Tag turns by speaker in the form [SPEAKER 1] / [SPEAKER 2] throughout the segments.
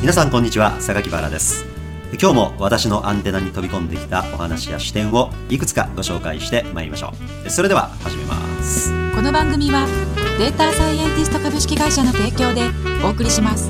[SPEAKER 1] 皆さんこんにちは、榊原です。今日も私のアンテナに飛び込んできたお話や視点をいくつかご紹介してまいりましょう。それでは始めます。
[SPEAKER 2] この番組はデータサイエンティスト株式会社の提供でお送りします。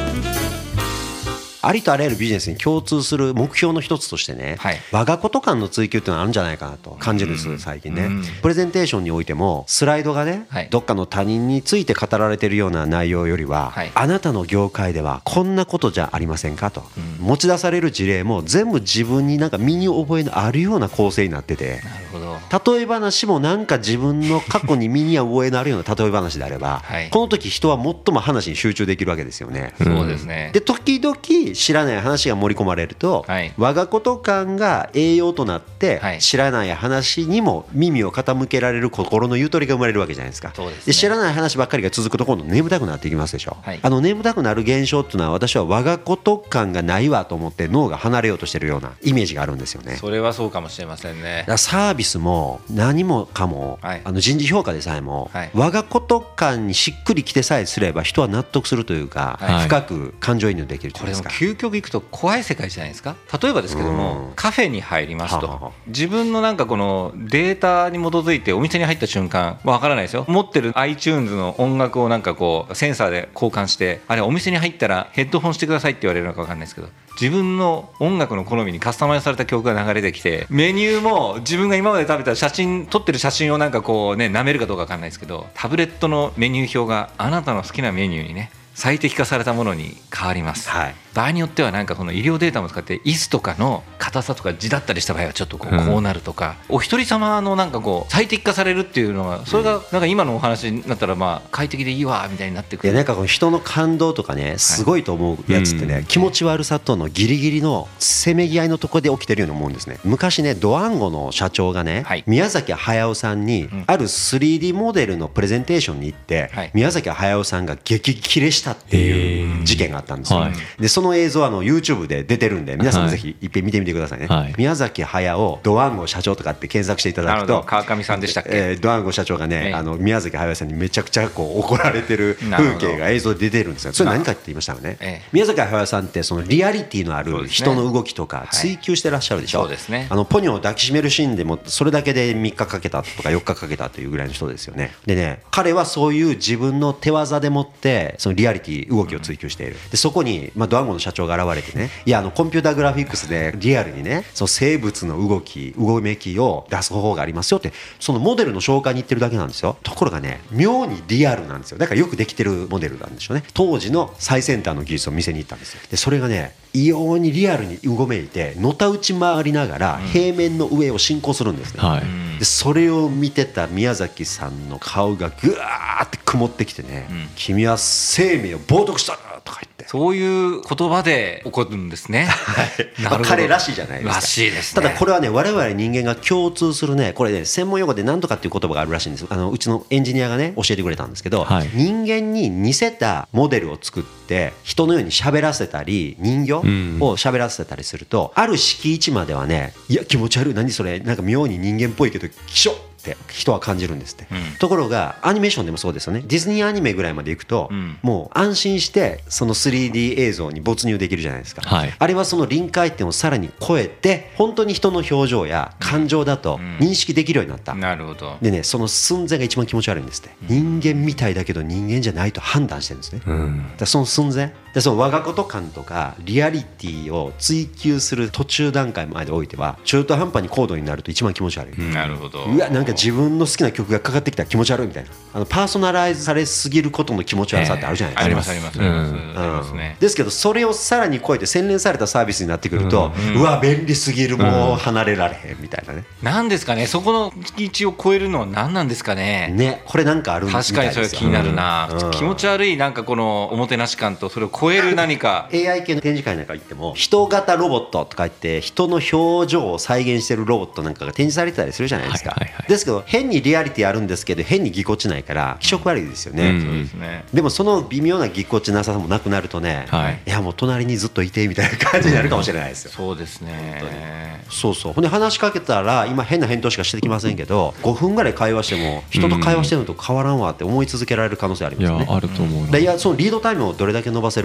[SPEAKER 3] ありとあらゆるビジネスに共通する目標の一つとしてね、我がこと感の追求っていうのがあるんじゃないかなと感じるんです、最近ね。プレゼンテーションにおいてもスライドがね、どっかの他人について語られているような内容よりは、あなたの業界ではこんなことじゃありませんかと持ち出される事例も全部自分になんか身に覚えのあるような構成になってて、例え話もなんか自分の過去に身に覚えのあるような例え話であれば、この時人は最も話に集中できるわけですよね。
[SPEAKER 4] そうですね。
[SPEAKER 3] で時々知らない話が盛り込まれると、我がこと感が栄養となって、知らない話にも耳を傾けられる心のゆとりが生まれるわけじゃないですか。で知らない話ばっかりが続くと今度眠たくなっていきますでしょ。眠たくなる現象っていうのは、私は我がこと感がないわと思って脳が離れようとしてるようなイメージがあるんですよね。
[SPEAKER 4] それはそうかもしれませんね。
[SPEAKER 3] だからサービスも何もかも、人事評価でさえも、我がこと感にしっくりきてさえすれば人は納得するというか、深く感情移入できるというか。
[SPEAKER 4] これも究極いくと怖い世界じゃないですか。例えばですけども、カフェに入りますと、自分のなんかこのデータに基づいてお店に入った瞬間わからないですよ、持ってる iTunes の音楽をなんかこうセンサーで交換して、あれお店に入ったらヘッドホンしてくださいって言われるのかわかんないですけど、自分の音楽の好みにカスタマイズされた曲が流れてきて、メニューも自分が今まで食べた撮ってる写真をなんかこうね舐めるかどうかわかんないですけど、タブレットのメニュー表があなたの好きなメニューにね最適化されたものに変わります。場合によってはなんかこの医療データも使って椅子とかの硬さとか字だったりした場合はちょっとこうなるとか、お一人様のなんかこう最適化されるっていうのは、それがなんか今のお話になったらまあ快適でいいわみたいになってくる。
[SPEAKER 3] なんかこの人の感動とかね、すごいと思うやつってね、気持ち悪さとのギリギリのせめぎ合いのところで起きてるように思うんですね。昔ね、ドワンゴの社長がね、宮崎駿さんにある 3D モデルのプレゼンテーションに行って、宮崎駿さんが激切れしたっていう事件があったんですよ。でその映像はYouTube で出てるんで、皆さんもぜひ一遍見てみてくださいね。宮崎駿ドワンゴ社長とかって検索していただくと、
[SPEAKER 4] 川上さんでしたっけ、
[SPEAKER 3] ドワンゴ社長がね、宮崎駿さんにめちゃくちゃこう怒られてる風景が映像で出てるんですよ。それ何かって言いましたらね、宮崎駿さんってそのリアリティのある人の動きとか追求してらっしゃるでしょ。ポニョを抱きしめるシーンでもそれだけで3日かけたとか4日かけたというぐらいの人ですよね。でね、彼はそういう自分の手技でもってそのリアリティ動きを追求している。でそこにドワンゴの社長が現れてね、いやコンピューターグラフィックスでリアルにね、その生物の動きうごめきを出す方法がありますよって、そのモデルの紹介に行ってるだけなんですよ。ところがね、妙にリアルなんですよ。だからよくできてるモデルなんでしょうね。当時の最先端の技術を見せに行ったんですよ。でそれがね、異様にリアルにうごめいてのたうち回りながら平面の上を進行するんですね。でそれを見てた宮崎さんの顔がぐわーって曇ってきてね、君は生命を冒涜したとか言って、
[SPEAKER 4] そういう言葉で怒るんですね。
[SPEAKER 3] 彼らしいじゃないですか。
[SPEAKER 4] らしいですね。
[SPEAKER 3] ただこれはね、我々人間が共通するね、これね専門用語で何とかっていう言葉があるらしいんです。うちのエンジニアがね教えてくれたんですけど、人間に似せたモデルを作って人のように喋らせたり人形を喋らせたりすると、ある敷地まではね、いや気持ち悪い、何それ、なんか妙に人間っぽいけどきしょって人は感じるんですって。ところがアニメーションでもそうですよね。ディズニーアニメぐらいまで行くと、もう安心してその 3D 映像に没入できるじゃないですか。あれはその臨界点をさらに超えて本当に人の表情や感情だと認識できるようになった。
[SPEAKER 4] なるほど。
[SPEAKER 3] でね、その寸前が一番気持ち悪いんですって。人間みたいだけど人間じゃないと判断してるんですね。だその寸前で、その我がこと感とかリアリティを追求する途中段階までおいては中途半端に高度になると一番気持ち悪い。
[SPEAKER 4] なるほど。
[SPEAKER 3] うわ、なんか自分の好きな曲がかかってきたら気持ち悪いみたいな、パーソナライズされすぎることの気持ち悪さってあるじゃないですか。
[SPEAKER 4] ありますありますありますね。
[SPEAKER 3] ですけどそれをさらに超えて洗練されたサービスになってくると、うわ便利すぎる、もう離れられへんみたいなね。
[SPEAKER 4] なんですかね、そこの敷地を超えるのは何なんですかね。
[SPEAKER 3] ね、これなんかあるみたいですよ。
[SPEAKER 4] 確かにそれ気になるな。気持ち悪いなんかこのおもてなし感とそれを超える何か
[SPEAKER 3] AI 系の展示会なんか行っても人型ロボットとか言って人の表情を再現してるロボットなんかが展示されてたりするじゃないですか。ですけど変にリアリティあるんですけど変にぎこちないから気色悪いですよね。でもその微妙なぎこちなさもなくなるとね、いやもう隣にずっといてみたいな感じになるかもしれないですよ。
[SPEAKER 4] そうですね。
[SPEAKER 3] そうそう。ほんで話しかけたら今変な返答しかしてきませんけど、5分ぐらい会話しても人と会話してるのと変わらんわって思い続けられる可能性ありますね。
[SPEAKER 5] いやあると思う。
[SPEAKER 3] でいやそのリードタイムをどれだけ伸ばせる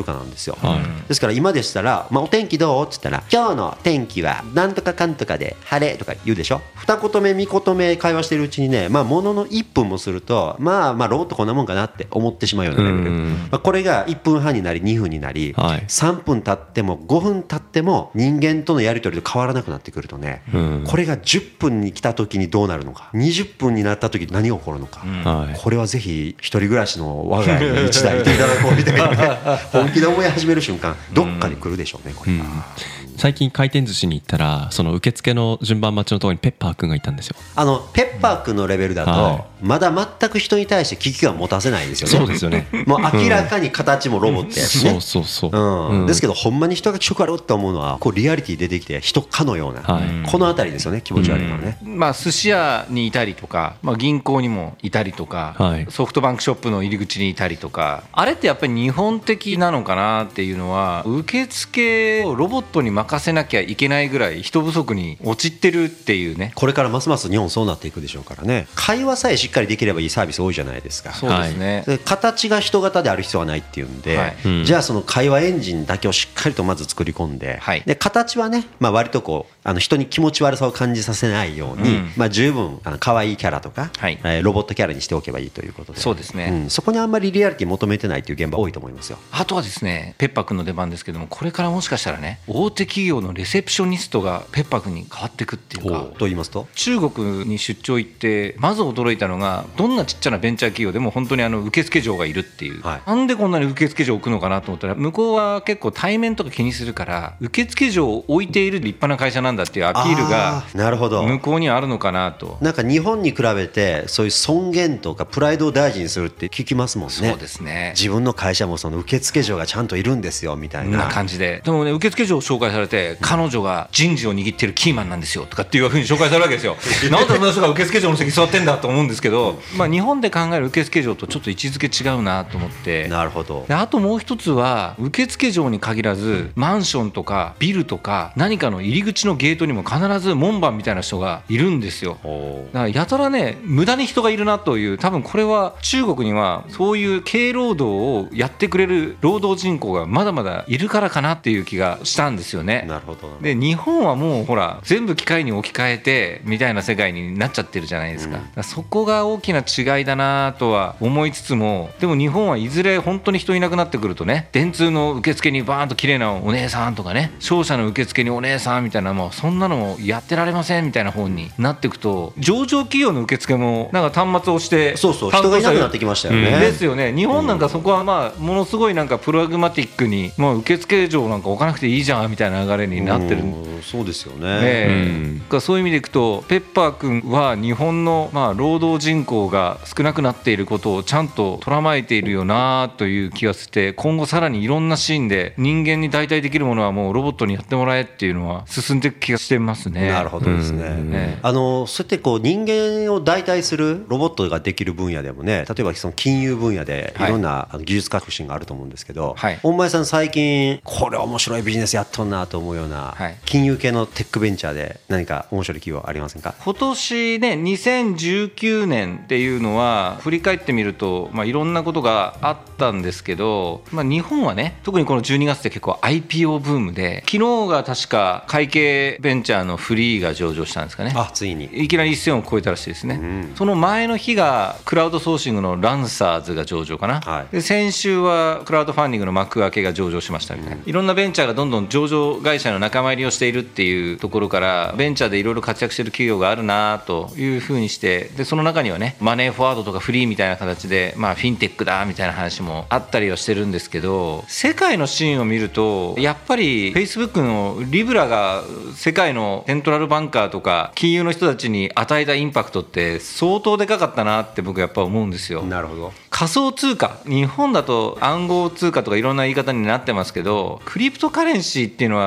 [SPEAKER 3] るかなんですよ、ですから今でしたら、お天気どうって言ったら今日の天気はなんとかかんとかで晴れとか言うでしょ。二言目三言目会話してるうちにね、ものの1分もするとロボットこんなもんかなって思ってしまうようなレベル、これが1分半になり2分になり、3分経っても5分経っても人間とのやり取りと変わらなくなってくるとね、これが10分に来た時にどうなるのか、20分になった時何が起こるのか、これはぜひ一人暮らしの我が家に一台いていただこうみたいなね本気で思い始める瞬間どっかに来るでしょうねこれが。
[SPEAKER 5] 最近回転寿司に行ったらその受付の順番待ちのところにペッパーくんがいたんですよ。
[SPEAKER 3] ペッパーくんのレベルだとまだ全く人に対して危機感持たせないですよね。
[SPEAKER 5] そうですよね。
[SPEAKER 3] もう明らかに形もロボットやしね、ですけどほんまに人が気色悪って思うのはこうリアリティ出てきて人かのような、このあたりですよね、気持ち悪いのはね。
[SPEAKER 4] 寿司屋にいたりとか、銀行にもいたりとか、ソフトバンクショップの入り口にいたりとか、あれってやっぱり日本的なのかなっていうのは、受付をロボットに任せなきゃいけないぐらい人不足に陥ってるっていうね。
[SPEAKER 3] これからますます日本そうなっていくでしょうからね。会話さえしっかりできればいいサービス多いじゃないですか。
[SPEAKER 4] そうですね、
[SPEAKER 3] で形が人型である必要はないっていうんで、じゃあその会話エンジンだけをしっかりとまず作り込んで、で形はね、割とこう人に気持ち悪さを感じさせないように、十分可愛いキャラとか、ロボットキャラにしておけばいいということで、
[SPEAKER 4] そうですね、
[SPEAKER 3] そこにあんまりリアリティ求めてないという現場多いと思いますよ。
[SPEAKER 4] あとはですね、ペッパーくんの出番ですけども、これからもしかしたらね、大手企業のレセプショニストがペッパーくんに変わっていくっていうか。
[SPEAKER 3] と言いますと、
[SPEAKER 4] 中国に出張行ってまず驚いたのが、どんなちっちゃなベンチャー企業でも本当に受付嬢がいるっていう、なんでこんなに受付嬢置くのかなと思ったら、向こうは結構対面とか気にするから受付嬢を置いている立派な会社なんだっていうアピールが向こうにはあるのかなと。
[SPEAKER 3] なんか日本に比べてそういう尊厳とかプライドを大事にするって聞きますもんね。
[SPEAKER 4] そうですね、
[SPEAKER 3] 自分の会社もその受付嬢がちゃんといるんですよみたいな
[SPEAKER 4] 感じで。でもね、受付嬢を紹介されて、彼女が人事を握ってるキーマンなんですよとかっていう風に紹介されるわけですよなんでそんな人が受付嬢の席座ってんだと思うんですけど、日本で考える受付嬢とちょっと位置づけ違うなと思って。
[SPEAKER 3] なるほど。
[SPEAKER 4] であともう一つは、受付嬢に限らずマンションとかビルとか何かの入り口のゲートにも必ず門番みたいな人がいるんですよ。だからやたらね、無駄に人がいるなという、多分これは中国にはそういう軽労働をやってくれる労働人口がまだまだいるからかなっていう気がしたんですよね。
[SPEAKER 3] なるほど。
[SPEAKER 4] で日本はもうほら全部機械に置き換えてみたいな世界になっちゃってるじゃないですか。だからそこが大きな違いだなとは思いつつも、でも日本はいずれ本当に人いなくなってくるとね、電通の受付にバーンと綺麗なお姉さんとかね、商社の受付にお姉さんみたいな、もうそんなのもやってられませんみたいな方になっていくと、上場企業の受付もなんか端末をして
[SPEAKER 3] 人がいなくなってきましたよね。
[SPEAKER 4] ですよね。日本なんかそこはものすごいなんかプラグマティックに、受付嬢なんか置かなくていいじゃんみたいな流れになってる。
[SPEAKER 3] そうですよね。
[SPEAKER 4] そういう意味でいくと、ペッパーくんは日本の労働人口が少なくなっていることをちゃんと捉まえているよなという気がして、今後さらにいろんなシーンで人間に代替できるものはもうロボットにやってもらえっていうのは進んでいく気がしてますね。
[SPEAKER 3] なるほどですね。そうやってこう人間を代替するロボットができる分野でもね、例えばその金融分野でいろんな技術革新があると思うんですけど、本前さん最近これ面白いビジネスやっとんなと思うような金融系のテックベンチャーで何か面白い企業ありませんか？
[SPEAKER 4] 今年ね、2019年っていうのは振り返ってみると、いろんなことがあったんですけど、日本はね、特にこの12月って結構 IPO ブームで、昨日が確か会計ベンチャーのフリーが上場したんですかね。
[SPEAKER 3] ついに
[SPEAKER 4] いきなり1000を超えたらしいですね。その前の日がクラウドソーシングのランサーズが上場かな。で先週はクラウドファンディングの幕開けが上場しましたみたいな、いろんなベンチャーがどんどん上場会社の仲間入りをしているっていうところから、ベンチャーでいろいろ活躍している企業があるなというふうにして、でその中にはね、マネーフォワードとかフリーみたいな形で、フィンテックだみたいな話もあったりはしてるんですけど、世界のシーンを見るとやっぱり Facebook のリブラが世界のセントラルバンカーとか金融の人たちに与えたインパクトって相当でかかったなって僕やっぱ思うんですよ。
[SPEAKER 3] なるほど。
[SPEAKER 4] 仮想通貨、日本だと暗号通貨とかいろんな言い方になってますけど、クリプトカレンシーっていうのは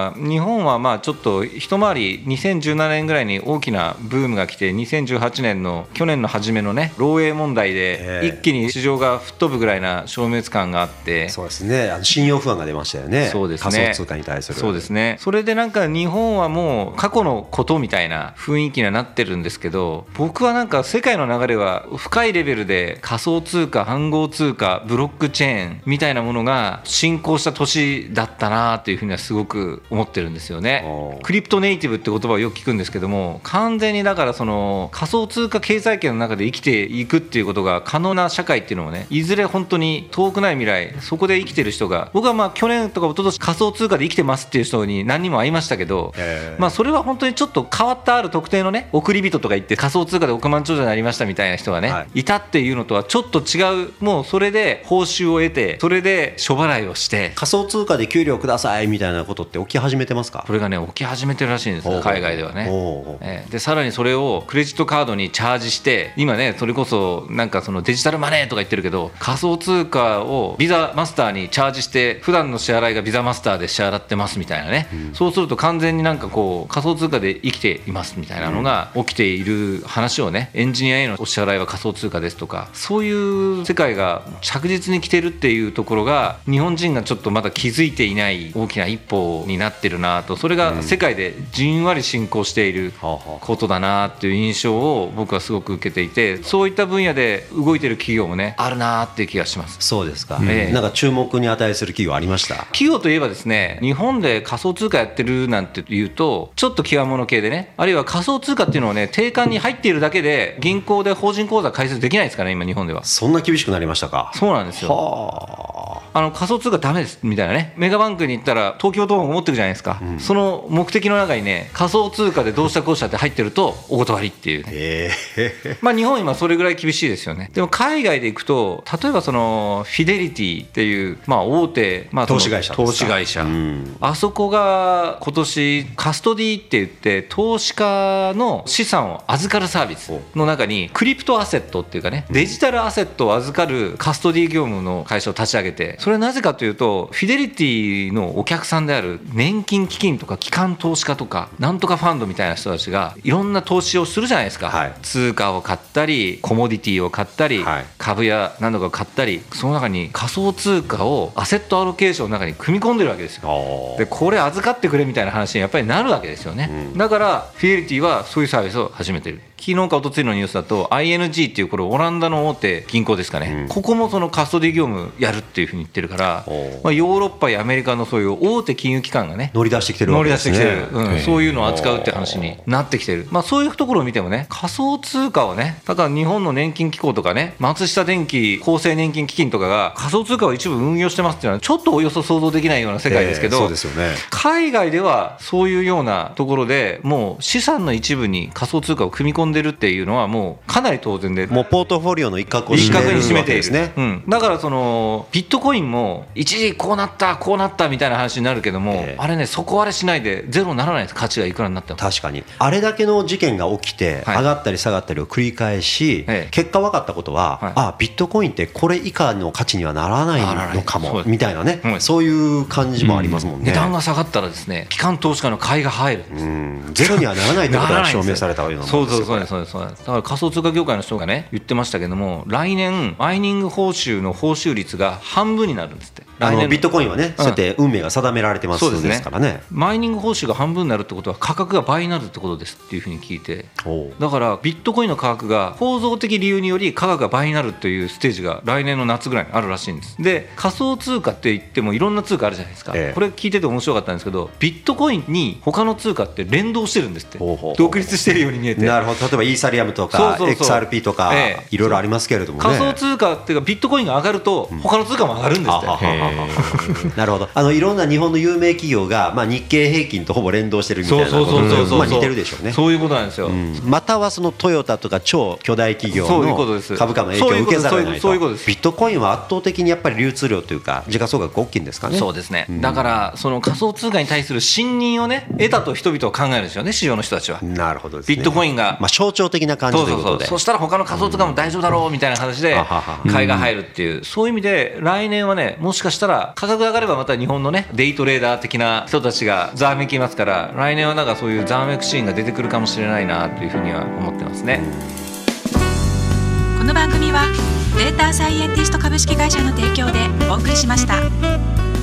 [SPEAKER 4] が日本はまあちょっと一回り2017年ぐらいに大きなブームが来て、2018年の去年の初めのね漏洩問題で一気に市場が吹っ飛ぶぐらいな消滅感があって、
[SPEAKER 3] そうですね、信用不安が出ましたよね。
[SPEAKER 4] そうですね、
[SPEAKER 3] 仮想通貨に対する。
[SPEAKER 4] そうですね。それでなんか日本はもう過去のことみたいな雰囲気にはなってるんですけど、僕はなんか世界の流れは深いレベルで仮想通貨、暗号通貨、ブロックチェーンみたいなものが進行した年だったなというふうにはすごく思ってるんですよね。クリプトネイティブって言葉をよく聞くんですけども、完全にだからその仮想通貨経済圏の中で生きていくっていうことが可能な社会っていうのもね、いずれ本当に遠くない未来そこで生きてる人が、僕はまあ去年とか一昨年仮想通貨で生きてますっていう人に何人も会いましたけど、まあそれは本当にちょっと変わったある特定のね送り人とか言って仮想通貨で億万長者になりましたみたいな人がね、いたっていうのとはちょっと違う、もうそれで報酬を得てそれで諸払いをして
[SPEAKER 3] 仮想通貨で給料くださいみたいなことって起き始めてますか？
[SPEAKER 4] これがね起き始めてるらしいんですよ、海外ではね。でさらにそれをクレジットカードにチャージして、今ねそれこそなんかそのデジタルマネーとか言ってるけど、仮想通貨をビザマスターにチャージして普段の支払いがビザマスターで支払ってますみたいなね、そうすると完全になんかこう仮想通貨で生きていますみたいなのが起きている話をね、エンジニアへのお支払いは仮想通貨ですとか、そういう世界が着実に来てるっていうところが、日本人がちょっとまだ気づいていない大きな一歩になってるなと、それが世界でじんわり進行していることだなっていう印象を僕はすごく受けていて、そういった分野で動いてる企業もねあるなっていう気がします。
[SPEAKER 3] そうですか、なんか注目に値する企業ありました？
[SPEAKER 4] 企業といえばですね、日本で仮想通貨やってるなんていうとちょっと極物系でね、あるいは仮想通貨っていうのをね定款に入っているだけで銀行で法人口座開設できないですからね、今日本では。
[SPEAKER 3] そんな厳しくなりましたか？
[SPEAKER 4] そうなんですよ。仮想通貨ダメですみたいなね、メガバンクに行ったら東京ドーム持ってるじゃないですか、その目的の中にね仮想通貨でどうしたこうしたって入ってるとお断りっていうね、まあ日本今それぐらい厳しいですよね。でも海外で行くと、例えばそのフィデリティっていうまあ大手、まあ、
[SPEAKER 3] 投資会
[SPEAKER 4] 社、あそこが今年カストディって言って投資家の資産を預かるサービスの中にクリプトアセットっていうかね、デジタルアセットを預かるカストディ業務の会社を立ち上げて、それはなぜかというと、フィデリティのお客さんである年金基金とか機関投資家とかなんとかファンドみたいな人たちがいろんな投資をするじゃないですか、通貨を買ったりコモディティを買ったり、株や何度か買ったり、その中に仮想通貨をアセットアロケーションの中に組み込んでるわけですよ。でこれ預かってくれみたいな話にやっぱりなるわけですよね、だからフィデリティはそういうサービスを始めてる。昨日か一昨日のニュースだと ING っていうこれオランダの大手銀行ですかね、ここもそのカストディ業務やるっていうふうに言ってるから、まあ、ヨーロッパやアメリカのそういう大手金融機関がね
[SPEAKER 3] 乗り出してきてるわけですね。
[SPEAKER 4] そういうのを扱うって話になってきてる、まあ、そういうところを見てもね、仮想通貨をね、だから日本の年金機構とかね、松下電器厚生年金基金とかが仮想通貨を一部運用してますっていうのはちょっとおよそ想像できないような世界ですけど、
[SPEAKER 3] そうですよね、
[SPEAKER 4] 海外ではそういうようなところでもう資産の一部に仮想通貨を組み込んでるっていうのはもうかなり当然で、
[SPEAKER 3] もうポートフォリオの一角を
[SPEAKER 4] 占めている
[SPEAKER 3] ですね、
[SPEAKER 4] だからそのビットコインも一時こうなったこうなったみたいな話になるけども、あれね底割れしないでゼロにならないです、価値がいくらになっても。
[SPEAKER 3] 確かにあれだけの事件が起きて上がったり下がったりを繰り返し、結果分かったことは、ビットコインってこれ以下の価値にはならないのかもみたいなね、そういう感じもありますもんね。
[SPEAKER 4] 値段が下がったらですね、機関投資家の買いが入るんです。
[SPEAKER 3] ゼロにはならないということが証明されたようなものですよ。
[SPEAKER 4] そうですだから仮想通貨業界の人がね言ってましたけども、来年マイニング報酬の報酬率が半分になるんですって。
[SPEAKER 3] ビットコインはね、そうやって運命が定められてますですからね。
[SPEAKER 4] マイニング報酬が半分になるってことは価格が倍になるってことですっていうふうに聞いて、だからビットコインの価格が構造的理由により価格が倍になるというステージが来年の夏ぐらいにあるらしいんです。で仮想通貨って言ってもいろんな通貨あるじゃないですか、これ聞いてて面白かったんですけど、ビットコインに他の通貨って連動してるんですって。独立してるように見えて。
[SPEAKER 3] なるほど。例えばイーサリアムとか XRP とかいろいろありますけれどもね、
[SPEAKER 4] 仮想通貨っていうかビットコインが上がると他の通貨も上がるんですって。
[SPEAKER 3] なるほど。いろんな日本の有名企業が、日経平均とほぼ連動してるみたいなことで似てるでしょうね。
[SPEAKER 4] そういうことなんですよ、
[SPEAKER 3] またはそのトヨタとか超巨大企業の株価の影響を受けざるを得ないと。ビットコインは圧倒的にやっぱり流通量というか時価総額が大きいんですかね。
[SPEAKER 4] そうですね、だからその仮想通貨に対する信任をね得たと人々は考えるんですよね、市場の人たちは。
[SPEAKER 3] なるほどですね。
[SPEAKER 4] ビットコインが、
[SPEAKER 3] 象徴的な感じということで、
[SPEAKER 4] そしたら他の仮想通貨も大丈夫だろうみたいな話で買いが入るっていう、そういう意味で来年はね、もしかししたら価格上がればまた日本のねデイトレーダー的な人たちがざわめきますから、来年はなんかそういうざわめくシーンが出てくるかもしれないなというふうには思ってますね。
[SPEAKER 2] この番組はデータサイエンティスト株式会社の提供でお送りしました。